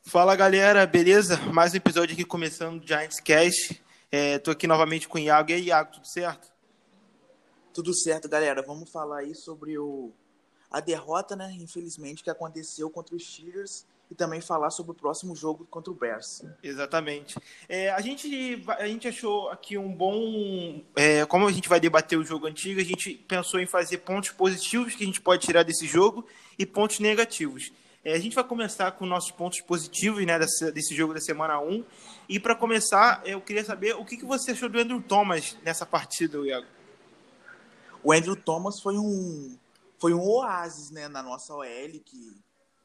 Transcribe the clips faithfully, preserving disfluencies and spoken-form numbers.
Fala galera, beleza? Mais um episódio aqui começando do Giants Cast. É, tô aqui novamente com o Iago. E aí, Iago, tudo certo? Tudo certo, galera. Vamos falar aí sobre o, a derrota, né, infelizmente, que aconteceu contra os Steelers e também falar sobre o próximo jogo contra o Bears. Exatamente. É, a, gente, a gente achou aqui um bom... É, como a gente vai debater o jogo antigo, a gente pensou em fazer pontos positivos que a gente pode tirar desse jogo e pontos negativos. É, a gente vai começar com nossos pontos positivos, né, desse, desse jogo da semana um. E para começar, eu queria saber o que, que você achou do Andrew Thomas nessa partida, Iago? O Andrew Thomas foi um, foi um oásis, né, na nossa O L, que,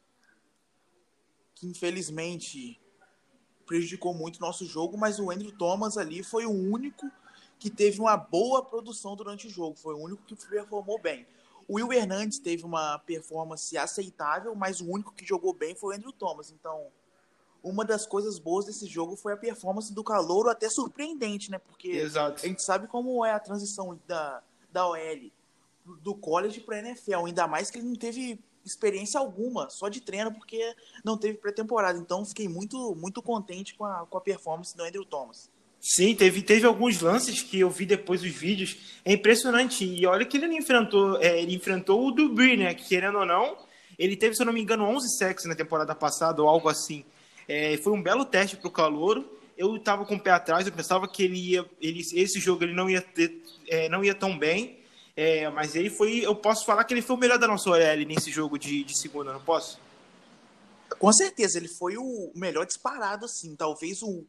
que infelizmente prejudicou muito o nosso jogo, mas o Andrew Thomas ali foi o único que teve uma boa produção durante o jogo, foi o único que performou bem. O Will Hernandez teve uma performance aceitável, mas o único que jogou bem foi o Andrew Thomas. Então, uma das coisas boas desse jogo foi a performance do calouro, até surpreendente, né? Porque Exato. a gente sabe como é a transição da, da O L do college para a N F L, ainda mais que ele não teve experiência alguma, só de treino, porque não teve pré-temporada. Então, fiquei muito, muito contente com a, com a performance do Andrew Thomas. Sim, teve, teve alguns lances que eu vi depois dos vídeos. É impressionante. E olha que ele não enfrentou, é, ele enfrentou o Dubree, né? Que querendo ou não, ele teve, se eu não me engano, onze sacks na temporada passada ou algo assim. É, foi um belo teste para o calouro. Eu estava com o pé atrás, eu pensava que ele ia, ele, esse jogo ele não ia ter, é, não ia tão bem. É, mas ele foi, eu posso falar que ele foi o melhor da nossa O L nesse jogo de, de segunda, não posso? Com certeza, ele foi o melhor disparado, assim. Talvez o.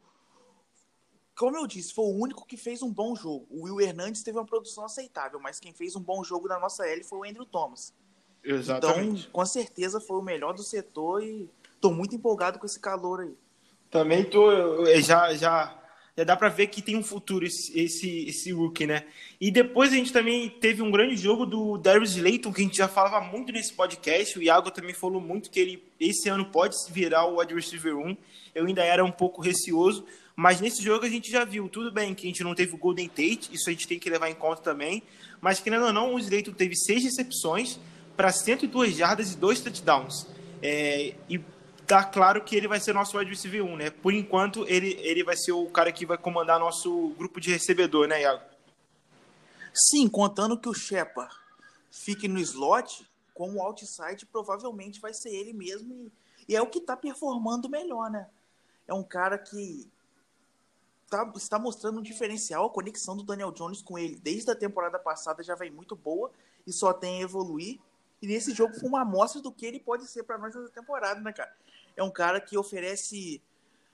Como eu disse, foi o único que fez um bom jogo. O Will Hernandez teve uma produção aceitável, mas quem fez um bom jogo na nossa L foi o Andrew Thomas. Então, Exatamente. com certeza foi o melhor do setor e tô muito empolgado com esse calor aí. Também tô, eu- já, já, já dá pra ver que tem um futuro esse, esse, esse rookie, né? E depois a gente também teve um grande jogo do Darius Slayton, que a gente já falava muito nesse podcast. O Iago também falou muito que ele esse ano pode se virar o wide receiver um. Eu ainda era um pouco receoso, mas nesse jogo a gente já viu, tudo bem que a gente não teve o Golden Tate, isso a gente tem que levar em conta também, mas querendo ou não, o Slayton teve seis recepções para cento e duas jardas e dois touchdowns. É, e tá claro que ele vai ser nosso wide receiver um, né? Por enquanto, ele, ele vai ser o cara que vai comandar nosso grupo de recebedor, né, Iago? Sim, contando que o Shepard fique no slot, com o outside, provavelmente vai ser ele mesmo. E, e é o que está performando melhor, né? É um cara que tá, está mostrando um diferencial. A conexão do Daniel Jones com ele desde a temporada passada já vem muito boa e só tem a evoluir. E nesse jogo foi uma amostra do que ele pode ser para nós nessa temporada, né, cara? É um cara que oferece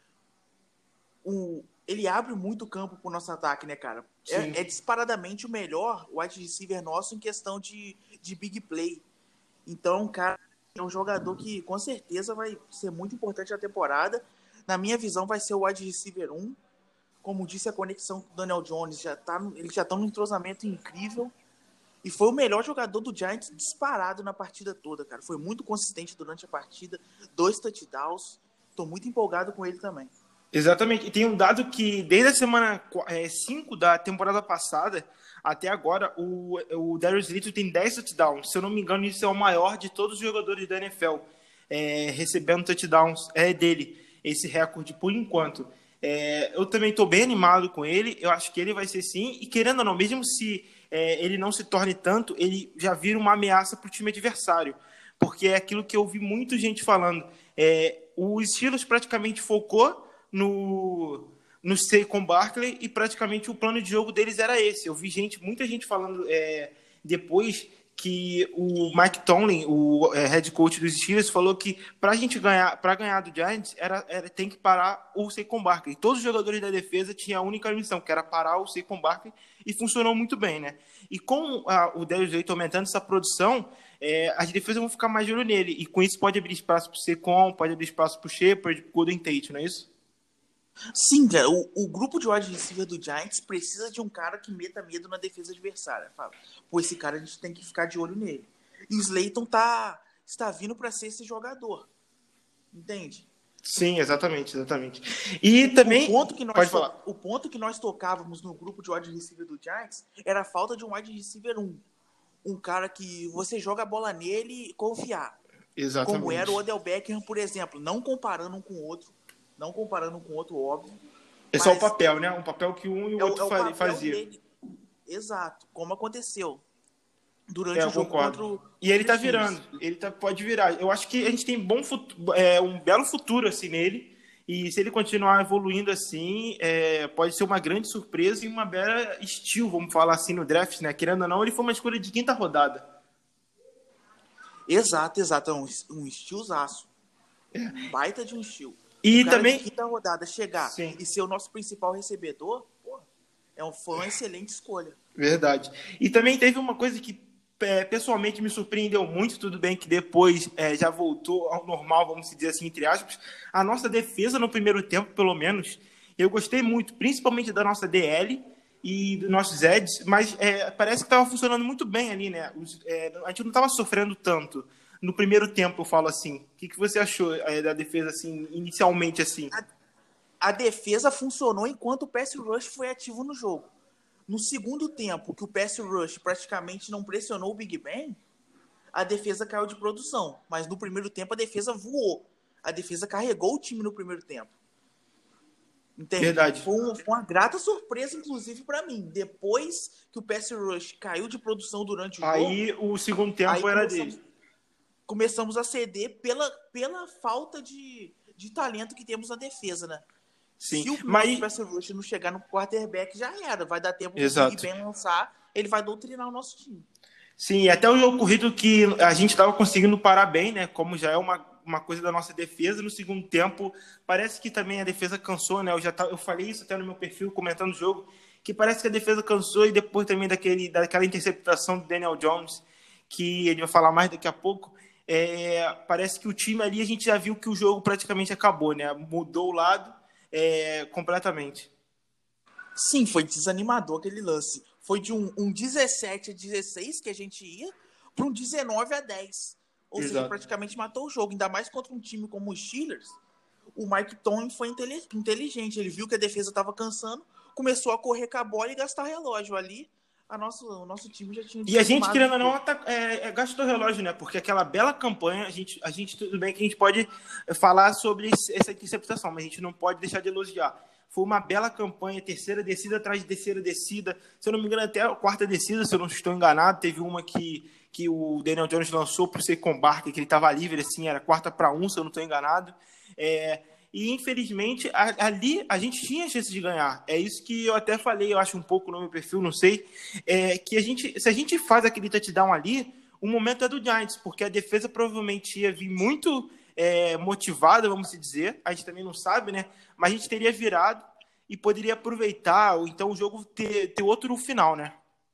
um, ele abre muito campo pro nosso ataque, né, cara? É, é disparadamente o melhor wide receiver nosso em questão de, de big play. Então, é um cara, é um jogador que com certeza vai ser muito importante na temporada. Na minha visão, vai ser o wide receiver um. Como disse, a conexão com o Daniel Jones já tá, eles já estão num entrosamento incrível. E foi o melhor jogador do Giants disparado na partida toda, cara. Foi muito consistente durante a partida. Dois touchdowns. Tô muito empolgado com ele também. Exatamente. E tem um dado que desde a semana cinco da temporada passada até agora, o, o Darius Slayton tem dez touchdowns. Se eu não me engano, isso é o maior de todos os jogadores da N F L. É, recebendo touchdowns. É dele esse recorde por enquanto. É, eu também estou bem animado com ele. Eu acho que ele vai ser sim. E querendo ou não, mesmo se é, ele não se torne tanto, ele já vira uma ameaça para o time adversário. Porque é aquilo que eu vi muita gente falando. É, o Steelers praticamente focou no, no Saquon Barkley e praticamente o plano de jogo deles era esse. Eu vi gente, muita gente falando é, depois que o Mike Tomlin, o é, head coach dos Steelers, falou que para a gente ganhar, para ganhar do Giants, era, era, tem que parar o Saquon Barkley. Todos os jogadores da defesa tinham a única missão, que era parar o Saquon Barkley, e funcionou muito bem, né? E com a, o Darius Slayton aumentando essa produção, é, as defesas vão ficar mais de olho nele, e com isso pode abrir espaço para o Saquon, pode abrir espaço para o Shepard, para o Golden Tate, não é isso? Sim, cara, o, o grupo de wide receiver do Giants precisa de um cara que meta medo na defesa adversária. Fala, pô, esse cara a gente tem que ficar de olho nele. E o Slayton tá, está vindo para ser esse jogador. Entende? Sim, exatamente, exatamente. E também, o ponto que nós pode to... falar. o ponto que nós tocávamos no grupo de wide receiver do Giants era a falta de um wide receiver um. Um cara que você joga a bola nele e confiar. Exatamente. Como era o Odell Beckham, por exemplo, não comparando um com o outro, não comparando um com o outro, óbvio. É só o papel, né? Um papel que um e o é outro o, é o fazia. Dele. Exato, como aconteceu durante É, o jogo concordo. contra o E ele tá Chiefs. virando, ele tá, pode virar. Eu acho que a gente tem bom futuro, é, um belo futuro assim nele. E se ele continuar evoluindo assim, é, pode ser uma grande surpresa e uma bela estilo, vamos falar assim, no draft, né? Querendo ou não, ele foi uma escolha de quinta rodada. Exato, exato. É um, um estilozaço. É. Um baita de um estilo. E o cara também... de quinta rodada chegar Sim. e ser o nosso principal recebedor, pô, é um, foi uma excelente escolha. Verdade. E também teve uma coisa que é, pessoalmente me surpreendeu muito, tudo bem que depois é, já voltou ao normal, vamos dizer assim, entre aspas. A nossa defesa no primeiro tempo, pelo menos, eu gostei muito, principalmente da nossa D L e dos nossos Eds, mas é, parece que estava funcionando muito bem ali, né? Os, é, a gente não estava sofrendo tanto no primeiro tempo, eu falo assim. O que, que você achou é, da defesa, assim, inicialmente, assim? A, a defesa funcionou enquanto o pass rush foi ativo no jogo. No segundo tempo, que o pass rush praticamente não pressionou o Big Ben, a defesa caiu de produção. Mas no primeiro tempo a defesa voou. A defesa carregou o time no primeiro tempo. Entende? Verdade. Foi, um, foi uma grata surpresa, inclusive, para mim. Depois que o pass rush caiu de produção durante o aí, jogo... Aí o segundo tempo era começamos, dele. Começamos a ceder pela, pela falta de, de talento que temos na defesa, né? Sim, se o mas pass rush não chegar no quarterback, já era. Vai dar tempo Exato. do Big Ben lançar, ele vai doutrinar o nosso time. Sim, e até o jogo corrido que a gente estava conseguindo parar bem, né? Como já é uma, uma coisa da nossa defesa. No segundo tempo, parece que também a defesa cansou, né? Eu, já tá, eu falei isso até no meu perfil, comentando o jogo, que parece que a defesa cansou e depois também daquele, daquela interceptação do Daniel Jones, que ele vai falar mais daqui a pouco, é, parece que o time ali, a gente já viu que o jogo praticamente acabou, né? Mudou o lado é, completamente. Sim, foi desanimador aquele lance. Foi de um, um dezessete a dezesseis que a gente ia para um dezenove a dez. Ou Exato. seja, praticamente matou o jogo. Ainda mais contra um time como os Steelers. O Mike Tomlin foi inteligente. Ele viu que a defesa estava cansando, começou a correr com a bola e gastar relógio. Ali, a nosso, o nosso time já tinha... E a gente, querendo ou não, é, é, gastou relógio, né? Porque aquela bela campanha, a gente, a gente, tudo bem que a gente pode falar sobre essa interceptação, mas a gente não pode deixar de elogiar. Foi uma bela campanha, terceira descida atrás de terceira descida. Se eu não me engano, até a quarta descida, se eu não estou enganado. Teve uma que, que o Daniel Jones lançou para o Saquon Barkley, que ele estava livre, assim, era quarta para um, se eu não estou enganado. É, e, infelizmente, a, ali a gente tinha a chance de ganhar. É isso que eu até falei, eu acho um pouco no meu perfil, não sei. É, que a gente, se a gente faz aquele touchdown ali, o momento é do Giants, porque a defesa provavelmente ia vir muito... É, motivada, vamos dizer, a gente também não sabe, né? Mas a gente teria virado e poderia aproveitar, ou então o jogo ter, ter outro final, né?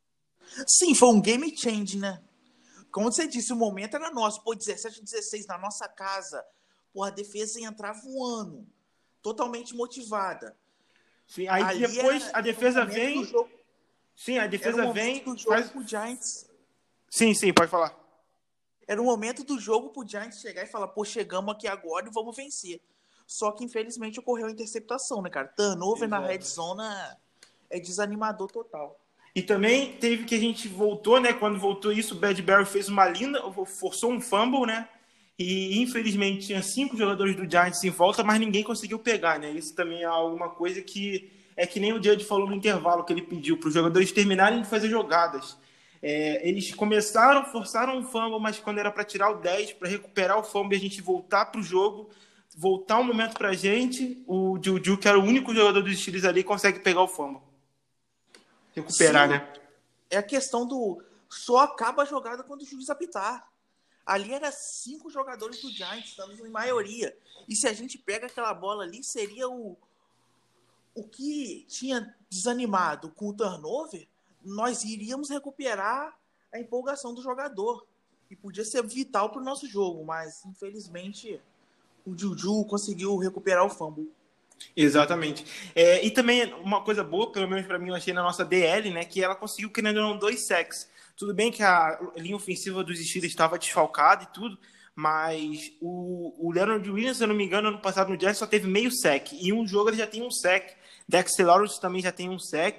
Sim, foi um game change, né? Como você disse, o momento era nosso. Pô, dezessete a dezesseis na nossa casa. Pô, a defesa ia entrar voando, totalmente motivada. Sim, aí ali depois era, a defesa vem... Sim, a defesa era um vem... Do jogo faz... pro Giants... Sim, sim, pode falar. Era o momento do jogo pro Giants chegar e falar, pô, chegamos aqui agora e vamos vencer. Só que, infelizmente, ocorreu a interceptação, né, cara? Turnover na red zone é desanimador total. E também teve que a gente voltou, né? Quando voltou isso, o Bradbury fez uma linda, forçou um fumble, né? E, infelizmente, tinha cinco jogadores do Giants em volta, mas ninguém conseguiu pegar, né? Isso também é alguma coisa que... É que nem o Judge falou no intervalo, que ele pediu para os jogadores terminarem de fazer jogadas. É, eles começaram, forçaram um fumble, mas quando era para tirar o dez, para recuperar o fumble e a gente voltar para o jogo, voltar um momento para a gente, o Juju, que era o único jogador dos Steelers ali, consegue pegar o fumble. Recuperar, Sim, né? É a questão do... Só acaba a jogada quando o juiz apitar. Ali era cinco jogadores do Giants, estamos em maioria. E se a gente pega aquela bola ali, seria o... O que tinha desanimado com o turnover... nós iríamos recuperar a empolgação do jogador. E podia ser vital para o nosso jogo, mas, infelizmente, o Juju conseguiu recuperar o fumble. Exatamente. É, e também uma coisa boa, pelo menos para mim, eu achei na nossa D L, né, que ela conseguiu, querendo ou não, dois sacks. Tudo bem que a linha ofensiva dos Steelers estava desfalcada e tudo, mas o, o Leonard Williams, se eu não me engano, ano passado no Giants só teve meio sack. E um jogo ele já tem um sack. Dexter Lawrence também já tem um sack.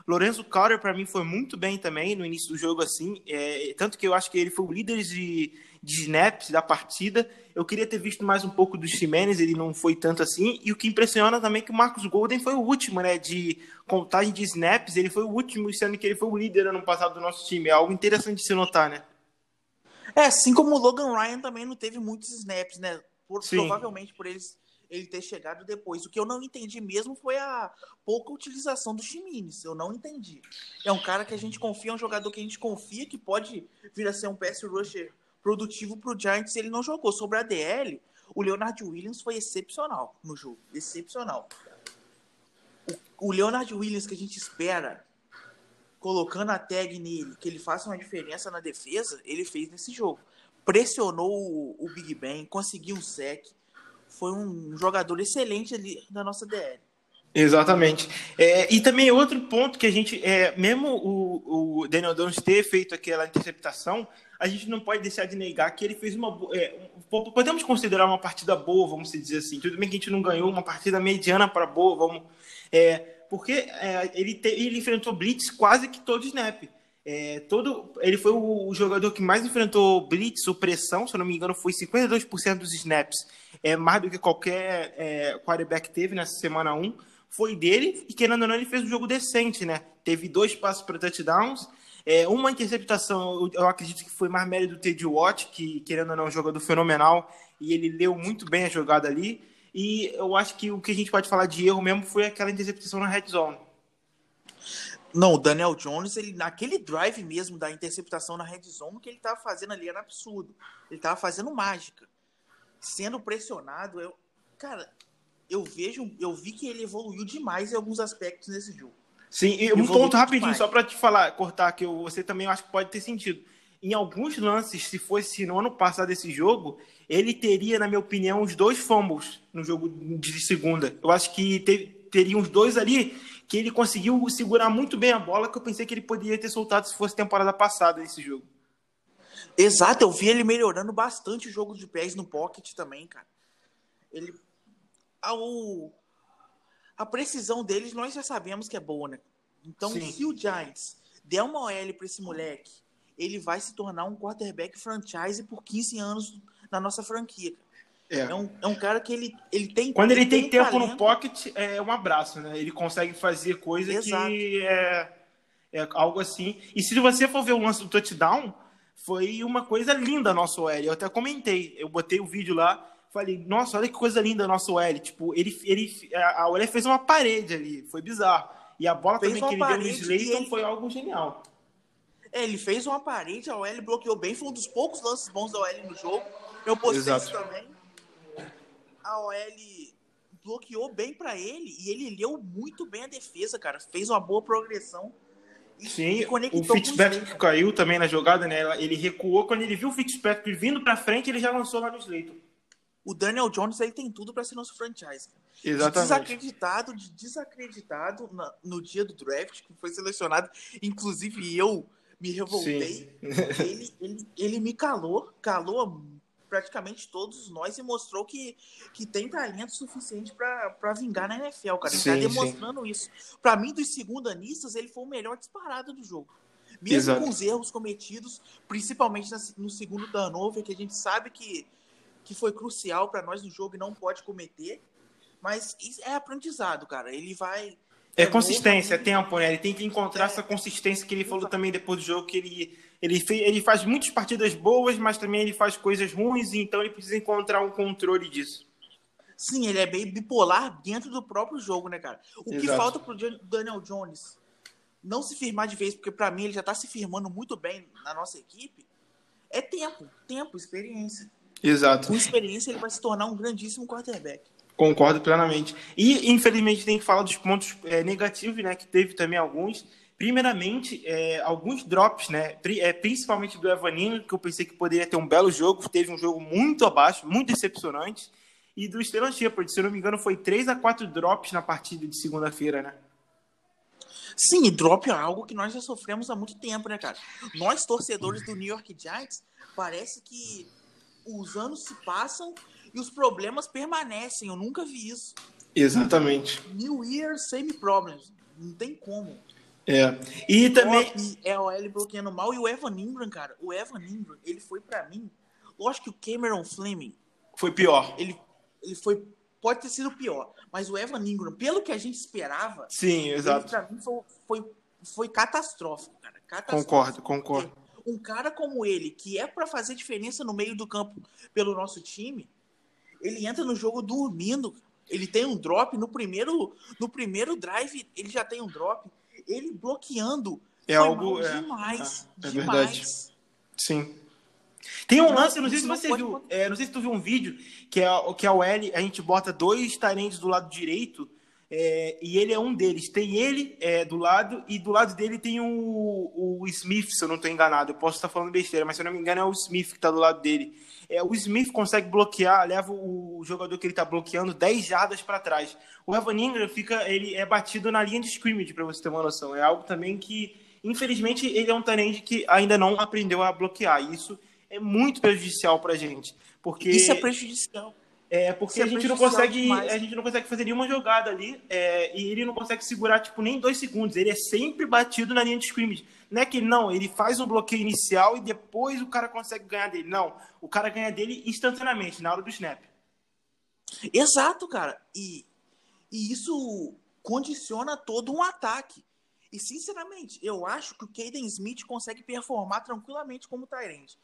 Lorenzo Carter, para mim, foi muito bem também no início do jogo, assim. É, tanto que eu acho que ele foi o líder de, de snaps da partida. Eu queria ter visto mais um pouco dos Ximenes, ele não foi tanto assim. E o que impressiona também é que o Marcus Golden foi o último, né? De contagem de snaps, ele foi o último, sendo que ele foi o líder ano passado do nosso time. É algo interessante de se notar, né? É, assim como o Logan Ryan também não teve muitos snaps, né? Por, Sim. provavelmente por eles ele ter chegado depois. O que eu não entendi mesmo foi a pouca utilização do Ximenes. Eu não entendi. É um cara que a gente confia, é um jogador que a gente confia que pode vir a ser um pass rusher produtivo pro Giants. Ele não jogou. Sobre a D L, o Leonard Williams foi excepcional no jogo. Excepcional. O, o Leonard Williams que a gente espera, colocando a tag nele, que ele faça uma diferença na defesa, ele fez nesse jogo. Pressionou o, o Big Ben, conseguiu um sec. Foi um jogador excelente ali da nossa D L. Exatamente. É, e também outro ponto que a gente, é, mesmo o, o Daniel Jones ter feito aquela interceptação, a gente não pode deixar de negar que ele fez uma é, podemos considerar uma partida boa, vamos dizer assim. Tudo bem que a gente não ganhou, uma partida mediana para boa, vamos, é, porque é, ele, te, ele enfrentou blitz quase que todo snap. É, todo, ele foi o, o jogador que mais enfrentou blitz ou pressão, se eu não me engano, foi cinquenta e dois por cento dos snaps. É mais do que qualquer é, quarterback teve nessa semana um. Foi dele, e querendo ou não, ele fez um jogo decente, né? Teve dois passos para touchdowns, é, uma interceptação, eu, eu acredito que foi mais mérito do T J Watt, que querendo ou não é um jogador fenomenal, e ele leu muito bem a jogada ali, e eu acho que o que a gente pode falar de erro mesmo foi aquela interceptação na red zone. Não, o Daniel Jones, ele, naquele drive mesmo da interceptação na red zone, o que ele estava fazendo ali era absurdo. Ele estava fazendo mágica. Sendo pressionado, eu... Cara... Eu vejo, eu vi que ele evoluiu demais em alguns aspectos nesse jogo. Sim, e um ponto rapidinho, demais. Só para te falar, cortar, que eu, você também acho que pode ter sentido. Em alguns lances, se fosse no ano passado esse jogo, ele teria, na minha opinião, os dois fumbles no jogo de segunda. Eu acho que te, teria uns dois ali que ele conseguiu segurar muito bem a bola, que eu pensei que ele poderia ter soltado se fosse temporada passada nesse jogo. Exato, eu vi ele melhorando bastante o jogo de pés no pocket também, cara. Ele... Ao, a precisão deles nós já sabemos que é boa, né? Então, Sim. se o Giants der uma O L para esse moleque, ele vai se tornar um quarterback franchise por quinze anos na nossa franquia. É, é, um, é um cara que ele, ele tem Quando ele, ele tem, tem tempo talento. no pocket, é um abraço, né? Ele consegue fazer coisa Exato. que é, é algo assim. E se você for ver o lance do touchdown, foi uma coisa linda a nossa O L. Eu até comentei, eu botei o vídeo lá. Falei, nossa, olha que coisa linda a nossa O L. Tipo, ele, ele, a O L fez uma parede ali, foi bizarro. E a bola fez também que ele deu no Slayton ele... foi algo genial. É, ele fez uma parede, a O L bloqueou bem, foi um dos poucos lances bons da O L no jogo. Eu postei Exato. isso também. A O L bloqueou bem pra ele e ele leu muito bem a defesa, cara. Fez uma boa progressão. E, Sim, e o Fitzpatrick caiu também na jogada, né? Ele recuou, quando ele viu o Fitzpatrick vindo pra frente, ele já lançou lá no Slayton. O Daniel Jones, ele tem tudo para ser nosso franchise. Exatamente. De desacreditado, de desacreditado na, no dia do draft, que foi selecionado. Inclusive, eu me revoltei. Ele, ele, ele me calou, calou praticamente todos nós e mostrou que, que tem talento suficiente para vingar na N F L, cara. Ele sim, tá demonstrando sim. isso. Para mim, dos segundanistas, ele foi o melhor disparado do jogo. Mesmo Exato. com os erros cometidos, principalmente no segundo turnover, que a gente sabe que que foi crucial para nós no jogo e não pode cometer, mas é aprendizado, cara. Ele vai... É, é consistência, é tempo, né? Ele tem que encontrar é, essa consistência que ele falou exatamente. também depois do jogo, que ele, ele, fez, ele faz muitas partidas boas, mas também ele faz coisas ruins, então ele precisa encontrar um controle disso. Sim, ele é bem bipolar dentro do próprio jogo, né, cara? O Exato. que falta pro Daniel Jones não se firmar de vez, porque para mim ele já tá se firmando muito bem na nossa equipe, é tempo, tempo, experiência. Exato. Com experiência, ele vai se tornar um grandíssimo quarterback. Concordo plenamente. E, infelizmente, tem que falar dos pontos é, negativos, né? Que teve também alguns. Primeiramente, é, alguns drops, né? É, principalmente do Evanino, que eu pensei que poderia ter um belo jogo. Teve um jogo muito abaixo, muito decepcionante. E do Stellan Shepard, se eu não me engano, foi três a quatro drops na partida de segunda-feira, né? Sim, e drop é algo que nós já sofremos há muito tempo, né, cara? Nós, torcedores do New York Giants, parece que os anos se passam e os problemas permanecem. Eu nunca vi isso. Exatamente. New Year, same problems. Não tem como. É. E também. E é o L bloqueando mal. E o Evan Ingram, cara, o Evan Ingram, ele foi pra mim. Lógico que o Cameron Fleming Foi pior. Ele, ele foi. Pode ter sido pior. Mas o Evan Ingram, pelo que a gente esperava, Sim, exato. ele pra mim foi, foi, foi catastrófico, cara. Catastrófico. Concordo, concordo. Porque um cara como ele, que é pra fazer diferença no meio do campo pelo nosso time, ele entra no jogo dormindo. Ele tem um drop no primeiro, no primeiro drive, ele já tem um drop. Ele bloqueando é foi algo mal é, demais. é, é demais. Verdade. Sim. Tem um não, lance, não sei se não você pode... viu, é, não sei se tu viu um vídeo que é, que é o L, a gente bota dois talentos do lado direito é, e ele é um deles. Tem ele é, do lado e do lado dele tem o, o Smith, se eu não estou enganado. Eu posso estar falando besteira, mas se eu não me engano é o Smith que está do lado dele. É, o Smith consegue bloquear, leva o jogador que ele está bloqueando dez jardas para trás. O Evan Ingram fica, ele é batido na linha de scrimmage, para você ter uma noção. É algo também que, infelizmente, ele é um talento que ainda não aprendeu a bloquear. Isso é muito prejudicial pra gente, porque isso é prejudicial. é porque é a gente não consegue demais. A gente não consegue fazer nenhuma jogada ali é, e ele não consegue segurar tipo nem dois segundos. Ele é sempre batido na linha de scrimmage. Não é que não, ele faz um bloqueio inicial e depois o cara consegue ganhar dele. Não, o cara ganha dele instantaneamente na hora do snap. Exato, cara. E, e isso condiciona todo um ataque. E sinceramente, eu acho que o Caden Smith consegue performar tranquilamente como tight end.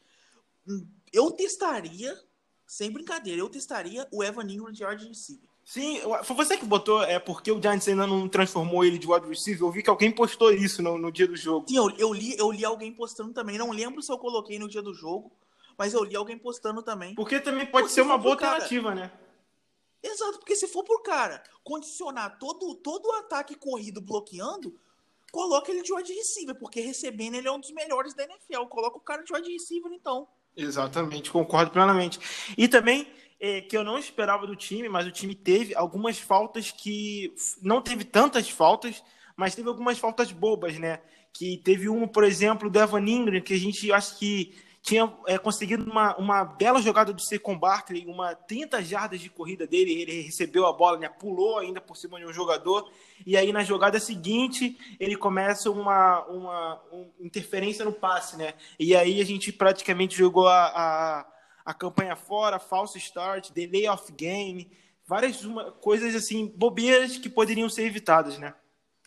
Eu testaria, sem brincadeira, eu testaria o Evan Ingram de wide receiver. Sim, foi você que botou, é porque o Giants ainda não transformou ele de wide receiver. Eu vi que alguém postou isso no, no dia do jogo. Sim, eu, eu, li, eu li alguém postando também. Não lembro se eu coloquei no dia do jogo, mas eu li alguém postando também. Porque também pode porque ser uma boa alternativa, cara, né? Exato, porque se for pro cara condicionar todo, todo o ataque corrido bloqueando, coloca ele de wide receiver, porque recebendo ele é um dos melhores da N F L. Coloca o cara de wide receiver, então. Exatamente, concordo plenamente. E também, é, que eu não esperava do time, mas o time teve algumas faltas que... Não teve tantas faltas, mas teve algumas faltas bobas, né? Que teve uma, por exemplo, do Evan Ingram, que a gente acho que tinha é, conseguido uma, uma bela jogada do Saquon Barkley, uma trinta jardas de corrida dele, ele recebeu a bola, né, pulou ainda por cima de um jogador, e aí na jogada seguinte ele começa uma, uma, uma interferência no passe, né, e aí a gente praticamente jogou a, a, a campanha fora, false start, delay of game, várias uma, coisas assim, bobeiras que poderiam ser evitadas, né.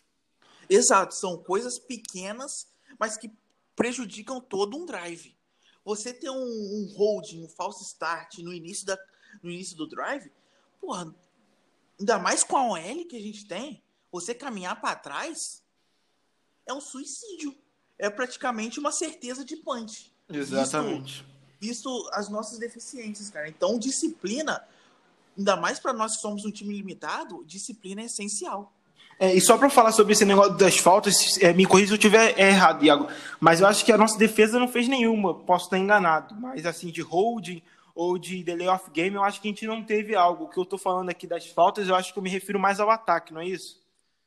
Exato, são coisas pequenas, mas que prejudicam todo um drive. Você ter um, um holding, um false start no início, da, no início do drive, porra, ainda mais com a O L que a gente tem, você caminhar para trás é um suicídio. É praticamente uma certeza de punch. Exatamente. Visto, visto as nossas deficiências, cara. Então, disciplina, ainda mais para nós que somos um time limitado, disciplina é essencial. É, e só para falar sobre esse negócio das faltas, é, me corrija se eu estiver errado, Iago, mas eu acho que a nossa defesa não fez nenhuma, posso estar enganado, mas assim, de holding ou de delay of game, eu acho que a gente não teve algo. O que eu estou falando aqui das faltas, eu acho que eu me refiro mais ao ataque, não é isso?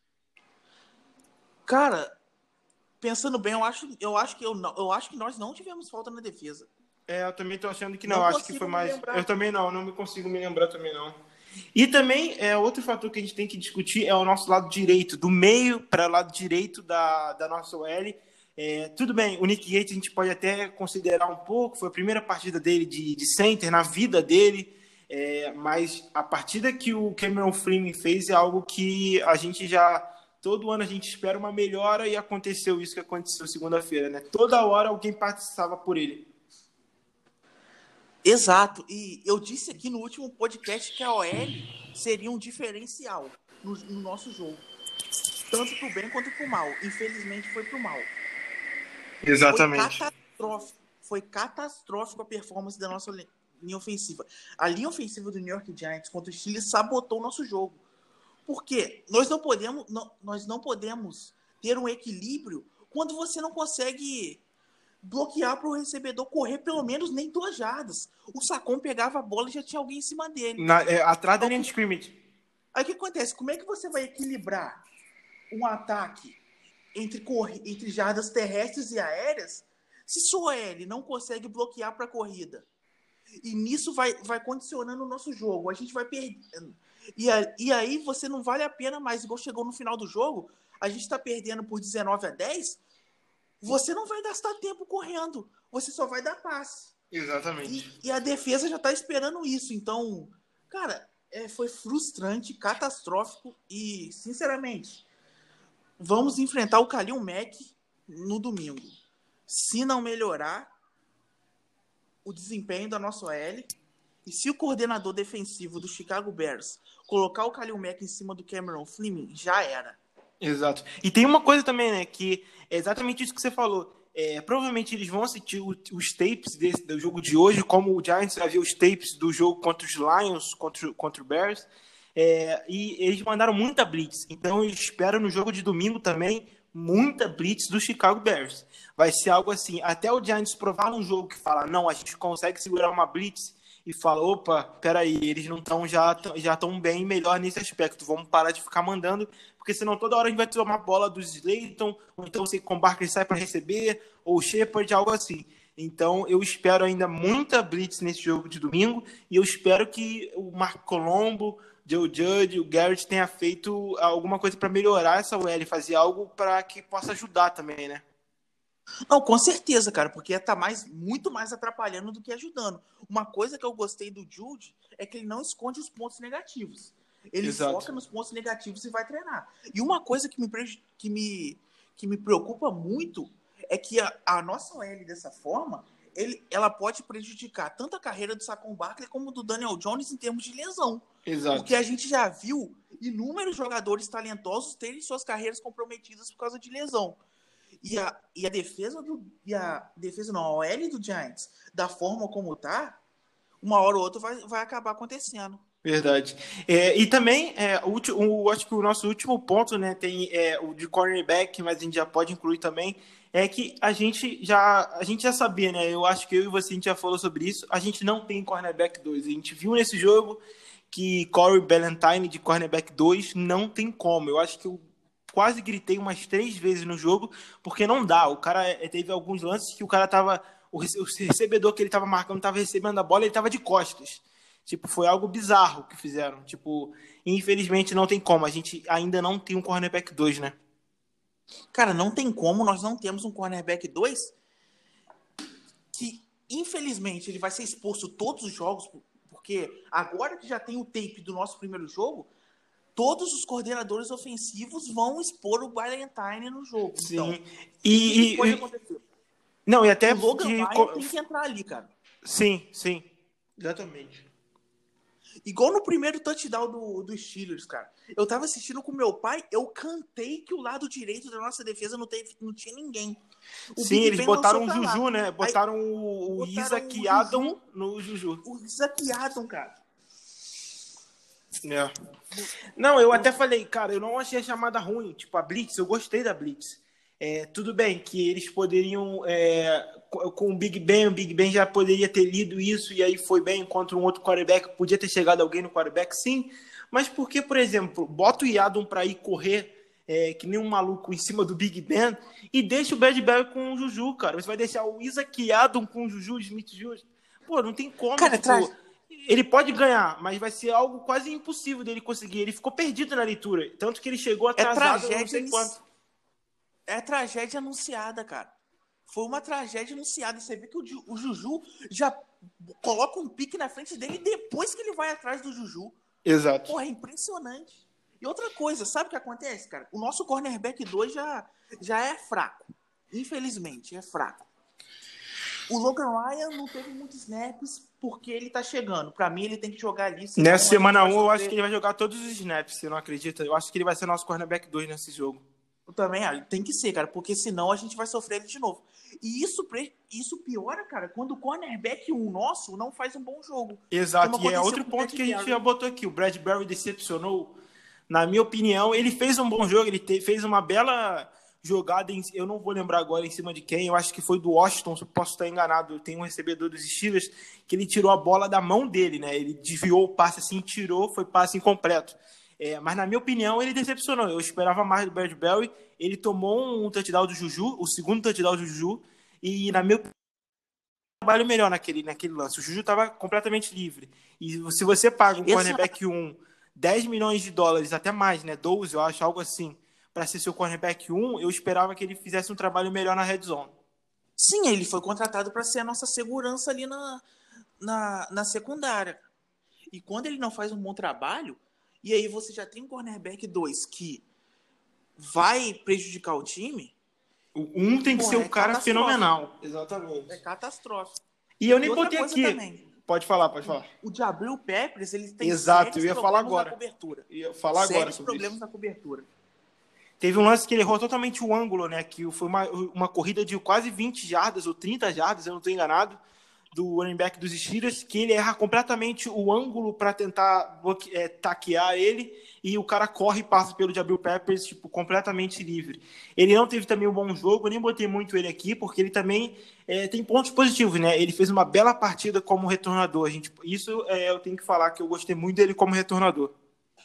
Cara, pensando bem, eu acho, eu acho, que, eu não, eu acho que nós não tivemos falta na defesa. É, eu também estou achando que não, não acho que foi mais... Lembrar. Eu também não, não me consigo me lembrar também não. E também, é, outro fator que a gente tem que discutir é o nosso lado direito, do meio para o lado direito da, da nossa O L. É, tudo bem, o Nick Gates a gente pode até considerar um pouco, foi a primeira partida dele de, de center na vida dele, é, mas a partida que o Cameron Fleming fez é algo que a gente já, todo ano a gente espera uma melhora e aconteceu isso que aconteceu segunda-feira, né? Toda hora alguém participava por ele. Exato, e eu disse aqui no último podcast que a O L seria um diferencial no, no nosso jogo, tanto pro bem quanto pro mal. Infelizmente foi pro mal. Exatamente. Foi catastrófico, foi catastrófico a performance da nossa linha ofensiva. A linha ofensiva do New York Giants contra o Chile sabotou o nosso jogo. Por quê? Nós não podemos, não, nós não podemos ter um equilíbrio quando você não consegue bloquear para o recebedor correr pelo menos nem duas jardas. O Saquon pegava a bola e já tinha alguém em cima dele. Na, é, atrás da linha de scrimmage. Aí o que acontece? Como é que você vai equilibrar um ataque entre, corri- entre jardas terrestres e aéreas se sua L não consegue bloquear para a corrida? E nisso vai, vai condicionando o nosso jogo. A gente vai perdendo. E, a, e aí você não vale a pena mais. Igual chegou no final do jogo, a gente tá perdendo por dezenove a dez, você não vai gastar tempo correndo, você só vai dar passe. Exatamente. E, e a defesa já tá esperando isso. Então, cara, é, foi frustrante, catastrófico e, sinceramente, vamos enfrentar o Khalil Mack no domingo. Se não melhorar o desempenho da nossa O L, e se o coordenador defensivo do Chicago Bears colocar o Khalil Mack em cima do Cameron Fleming, já era. Exato. E tem uma coisa também, né, que é exatamente isso que você falou. É, provavelmente eles vão assistir o, os tapes desse, do jogo de hoje, como o Giants vai ver os tapes do jogo contra os Lions, contra, contra o Bears, é, e eles mandaram muita blitz. Então eu espero no jogo de domingo também muita blitz do Chicago Bears. Vai ser algo assim, até o Giants provar num jogo que fala, não, a gente consegue segurar uma blitz, e fala, opa, peraí, eles não estão já já tão bem melhor nesse aspecto, vamos parar de ficar mandando, porque senão toda hora a gente vai tomar bola do Slayton, ou então sei que o Barkley sai para receber, ou o Shepard, algo assim. Então eu espero ainda muita blitz nesse jogo de domingo, e eu espero que o Marco Colombo, Joe Judge, o Garrett tenha feito alguma coisa para melhorar essa O L, fazer algo para que possa ajudar também, né? Não, com certeza, cara, porque tá mais, muito mais atrapalhando do que ajudando. Uma coisa que eu gostei do Jude é que ele não esconde os pontos negativos. Ele Exato. foca nos pontos negativos e vai treinar. E uma coisa que me, que me, que me preocupa muito é que a, a nossa O L dessa forma, ele, ela pode prejudicar tanto a carreira do Saquon Barkley como do Daniel Jones em termos de lesão. Exato. Porque a gente já viu inúmeros jogadores talentosos terem suas carreiras comprometidas por causa de lesão. E a, e a defesa do. E a defesa não, a O L do Giants, da forma como tá, uma hora ou outra vai, vai acabar acontecendo. Verdade. É, e também, é, o, o, acho que o nosso último ponto, né, tem é, o de cornerback, mas a gente já pode incluir também, é que a gente já, a gente já sabia, né? Eu acho que eu e você a gente já falou sobre isso. A gente não tem cornerback dois. A gente viu nesse jogo que Corey Ballentine de cornerback dois não tem como. Eu acho que o quase gritei umas três vezes no jogo, porque não dá. O cara teve alguns lances que o cara tava. O recebedor que ele tava marcando tava recebendo a bola, ele tava de costas. Tipo, foi algo bizarro que fizeram. Tipo, infelizmente não tem como. A gente ainda não tem um cornerback dois, né? Cara, não tem como. Nós não temos um cornerback dois que, infelizmente, ele vai ser exposto todos os jogos, porque agora que já tem o tape do nosso primeiro jogo, todos os coordenadores ofensivos vão expor o Ballentine no jogo. Sim. Então, e, isso pode e, acontecer. Não, e até o Logan de... Ryan tem que entrar ali, cara. Sim, sim. Exatamente. Igual no primeiro touchdown do, do Steelers, cara. Eu tava assistindo com meu pai, eu cantei que o lado direito da nossa defesa não, teve, não tinha ninguém. O Sim, Big eles ben botaram o Juju, lá. né? Botaram Aí, o, o Isaac Adam no Juju. O Isaac Adam, cara. É. Não, eu até falei, cara, eu não achei a chamada ruim. Tipo, a Blitz, eu gostei da Blitz. É, tudo bem que eles poderiam, é, com o Big Ben, o Big Ben já poderia ter lido isso e aí foi bem contra um outro quarterback, podia ter chegado alguém no quarterback, sim, mas por que, por exemplo, bota o Yadon para ir correr é, que nem um maluco em cima do Big Ben e deixa o Bradbury com o Juju, cara? Você vai deixar o Isaac Yadon com o Juju, Smith-Schuster? Pô, não tem como, cara, tipo... Traz... Ele pode ganhar, mas vai ser algo quase impossível dele conseguir. Ele ficou perdido na leitura, tanto que ele chegou atrasado, é não sei quanto. É tragédia anunciada, cara. Foi uma tragédia anunciada. Você vê que o, o Juju já coloca um pique na frente dele depois que ele vai atrás do Juju. Exato. Porra, é impressionante. E outra coisa, sabe o que acontece, cara? O nosso cornerback dois já, já é fraco. Infelizmente, é fraco. O Logan Ryan não teve muitos snaps porque ele tá chegando. Pra mim, ele tem que jogar ali. Nessa semana um, eu acho que ele vai jogar todos os snaps, você não acredita? Eu acho que ele vai ser nosso cornerback dois nesse jogo. Eu também acho. Tem que ser, cara, porque senão a gente vai sofrer ele de novo. E isso, isso piora, cara, quando o cornerback um nosso não faz um bom jogo. Exato, e é outro ponto que a gente já botou aqui. O Bradbury decepcionou. Na minha opinião, ele fez um bom jogo, ele te, fez uma bela jogada, em, eu não vou lembrar agora em cima de quem, eu acho que foi do Washington, se eu posso estar enganado, tem um recebedor dos Steelers, que ele tirou a bola da mão dele, né? Ele desviou o passe assim, tirou, foi passe incompleto. É, mas, na minha opinião, ele decepcionou. Eu esperava mais do Bradbury. Ele tomou um touchdown do Juju, o segundo touchdown do Juju, e, na minha opinião, trabalho melhor naquele, naquele lance. O Juju estava completamente livre. E se você paga um Esse... cornerback um dez milhões de dólares, até mais, né? doze, eu acho, algo assim, para ser seu cornerback um, eu esperava que ele fizesse um trabalho melhor na red zone. Sim, ele foi contratado para ser a nossa segurança ali na, na, na secundária. E quando ele não faz um bom trabalho, e aí você já tem um cornerback dois que vai prejudicar o time. O um tem que porra, ser um é cara fenomenal. É catastrófico. E eu nem E outra botei coisa aqui. também. Pode falar, pode falar. O Jabril Peppers, ele tem Exato, eu sérios ia falar problemas agora. na cobertura. Eu ia falar agora Sérios sobre problemas isso. na cobertura. Teve um lance que ele errou totalmente o ângulo, né? Que foi uma, uma corrida de quase vinte jardas ou trinta jardas, eu não estou enganado, do running back dos Steelers, que ele erra completamente o ângulo para tentar é, taquear ele, e o cara corre e passa pelo Jabril Peppers, tipo, completamente livre. Ele não teve também um bom jogo, eu nem botei muito ele aqui, porque ele também é, tem pontos positivos, né? Ele fez uma bela partida como retornador. Gente, isso é, eu tenho que falar que eu gostei muito dele como retornador.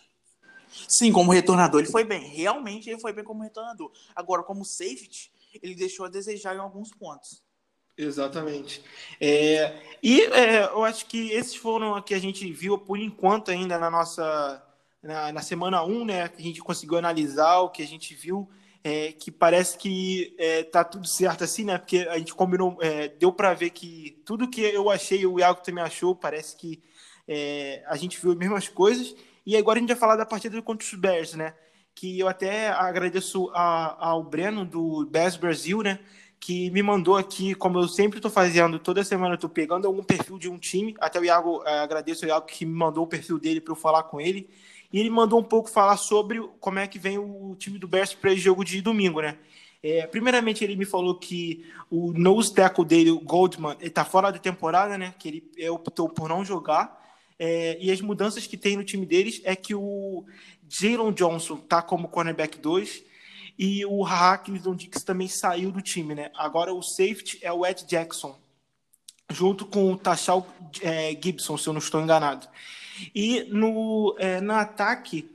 Sim, como retornador ele foi bem. Realmente ele foi bem como retornador. Agora, como safety, ele deixou a desejar em alguns pontos. Exatamente. É, e é, eu acho que esses foram que a gente viu por enquanto ainda na nossa na, na semana um, né? Que a gente conseguiu analisar o que a gente viu, é, que parece que é, tá tudo certo assim, né? Porque a gente combinou, é, deu para ver que tudo que eu achei, o Iago também achou, parece que é, a gente viu as mesmas coisas. E agora a gente vai falar da partida contra os Bears, né? Que eu até agradeço a, ao Breno do Bears Brasil, né? Que me mandou aqui, como eu sempre estou fazendo, toda semana eu estou pegando algum perfil de um time, até o Iago, é, agradeço ao Iago que me mandou o perfil dele para eu falar com ele, e ele mandou um pouco falar sobre como é que vem o time do Bears para esse jogo de domingo, né? É, primeiramente, ele me falou que o nose tackle dele, o Goldman, ele está fora da temporada, né? Que ele é, optou por não jogar, é, e as mudanças que tem no time deles é que o Jalen Johnson está como cornerback dois, e o Hackington Dix também saiu do time, né? Agora o safety é o Ed Jackson, junto com o Tashal é, Gibson, se eu não estou enganado. E no, é, no ataque,